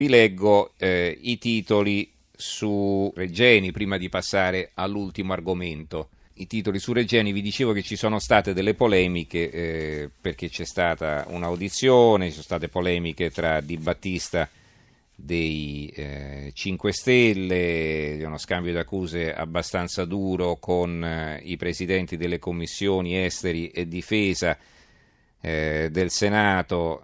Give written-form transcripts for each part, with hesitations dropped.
Vi leggo i titoli su Regeni prima di passare all'ultimo argomento. I titoli su Regeni, vi dicevo che ci sono state delle polemiche perché c'è stata un'audizione, ci sono state polemiche tra Di Battista dei 5 Stelle, uno scambio di accuse abbastanza duro con i presidenti delle commissioni esteri e difesa del Senato,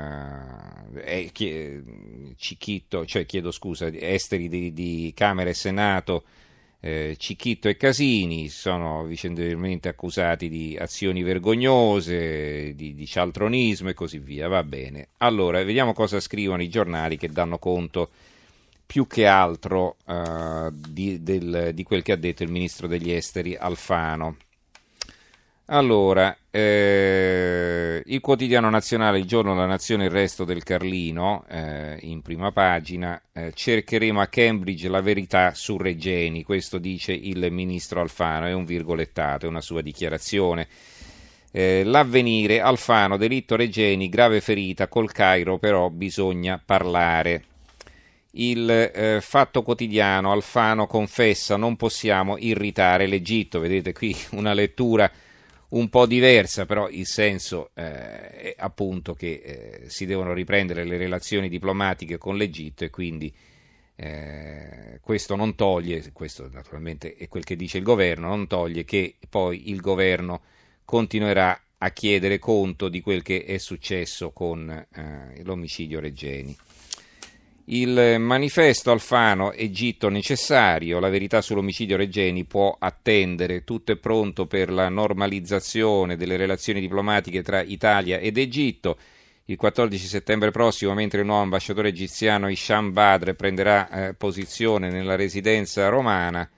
esteri di Camera e Senato, Cicchitto e Casini sono vicendevolmente accusati di azioni vergognose, di cialtronismo e così via. Va bene. Allora, vediamo cosa scrivono i giornali che danno conto più che altro di quel che ha detto il ministro degli esteri Alfano. Allora, il quotidiano nazionale, il giorno, La Nazione, il resto del Carlino, in prima pagina, cercheremo a Cambridge la verità su Regeni, questo dice il ministro Alfano, è un virgolettato, è una sua dichiarazione. L'Avvenire, Alfano, delitto Regeni, grave ferita, col Cairo però bisogna parlare. Il Fatto Quotidiano, Alfano confessa, non possiamo irritare l'Egitto, vedete qui una lettura un po' diversa, però il senso è appunto che si devono riprendere le relazioni diplomatiche con l'Egitto e quindi questo non toglie, questo naturalmente è quel che dice il governo, non toglie che poi il governo continuerà a chiedere conto di quel che è successo con l'omicidio Regeni. Il Manifesto, Alfano, Egitto necessario, la verità sull'omicidio Regeni può attendere, tutto è pronto per la normalizzazione delle relazioni diplomatiche tra Italia ed Egitto. Il 14 settembre prossimo, mentre il nuovo ambasciatore egiziano Hisham Badr prenderà posizione nella residenza romana,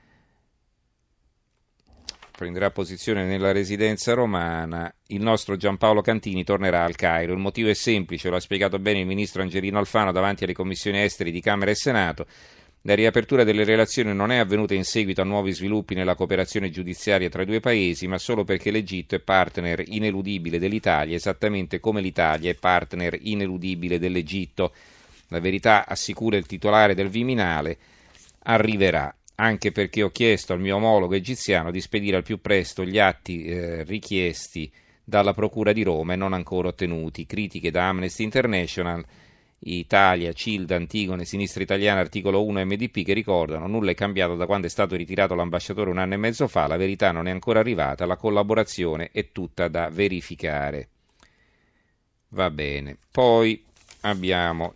il nostro Giampaolo Cantini tornerà al Cairo. Il motivo è semplice, lo ha spiegato bene il ministro Angelino Alfano davanti alle commissioni esteri di Camera e Senato. La riapertura delle relazioni non è avvenuta in seguito a nuovi sviluppi nella cooperazione giudiziaria tra i due paesi, ma solo perché l'Egitto è partner ineludibile dell'Italia, esattamente come l'Italia è partner ineludibile dell'Egitto. La verità, assicura il titolare del Viminale, arriverà. Anche perché ho chiesto al mio omologo egiziano di spedire al più presto gli atti richiesti dalla Procura di Roma e non ancora ottenuti. Critiche da Amnesty International, Italia, CILD, Antigone, Sinistra Italiana, articolo 1 MDP, che ricordano: nulla è cambiato da quando è stato ritirato l'ambasciatore un anno e mezzo fa, la verità non è ancora arrivata, la collaborazione è tutta da verificare. Va bene. Poi abbiamo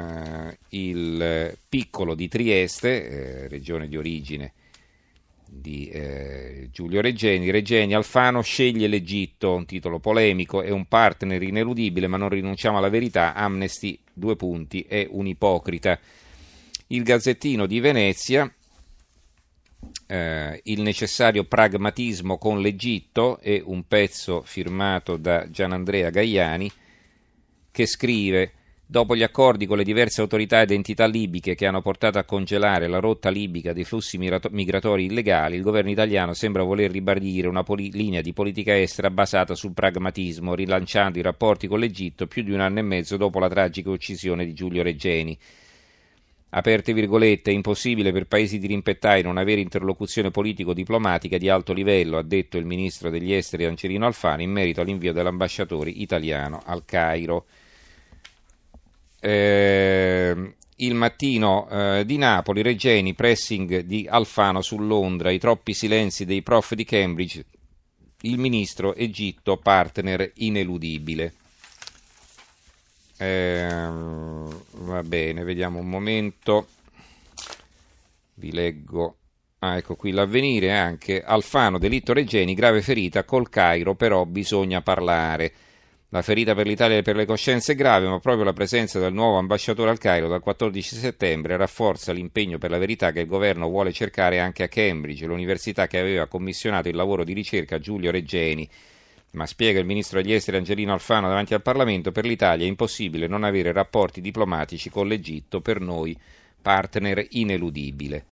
il Piccolo di Trieste, regione di origine di Giulio Regeni. Regeni, Alfano sceglie l'Egitto, un titolo polemico, è un partner ineludibile ma non rinunciamo alla verità, Amnesty, : è un ipocrita. Il Gazzettino di Venezia, il necessario pragmatismo con l'Egitto, è un pezzo firmato da Gianandrea Gaiani che scrive: dopo gli accordi con le diverse autorità ed entità libiche che hanno portato a congelare la rotta libica dei flussi migratori illegali, il governo italiano sembra voler ribadire una linea di politica estera basata sul pragmatismo, rilanciando i rapporti con l'Egitto più di un anno e mezzo dopo la tragica uccisione di Giulio Regeni. Aperte virgolette, è impossibile per paesi dirimpettai non avere interlocuzione politico-diplomatica di alto livello, ha detto il ministro degli esteri Angelino Alfano in merito all'invio dell'ambasciatore italiano al Cairo. Il Mattino di Napoli, Regeni, pressing di Alfano su Londra, i troppi silenzi dei prof di Cambridge, il ministro Egitto partner ineludibile. Va bene, vediamo un momento, vi leggo. Ecco qui l'Avvenire anche, Alfano, delitto Regeni, grave ferita, col Cairo però bisogna parlare. La ferita per l'Italia e per le coscienze è grave, ma proprio la presenza del nuovo ambasciatore al Cairo dal 14 settembre rafforza l'impegno per la verità che il governo vuole cercare anche a Cambridge, l'università che aveva commissionato il lavoro di ricerca a Giulio Regeni. Ma spiega il ministro degli esteri Angelino Alfano davanti al Parlamento, per l'Italia è impossibile non avere rapporti diplomatici con l'Egitto, per noi partner ineludibile.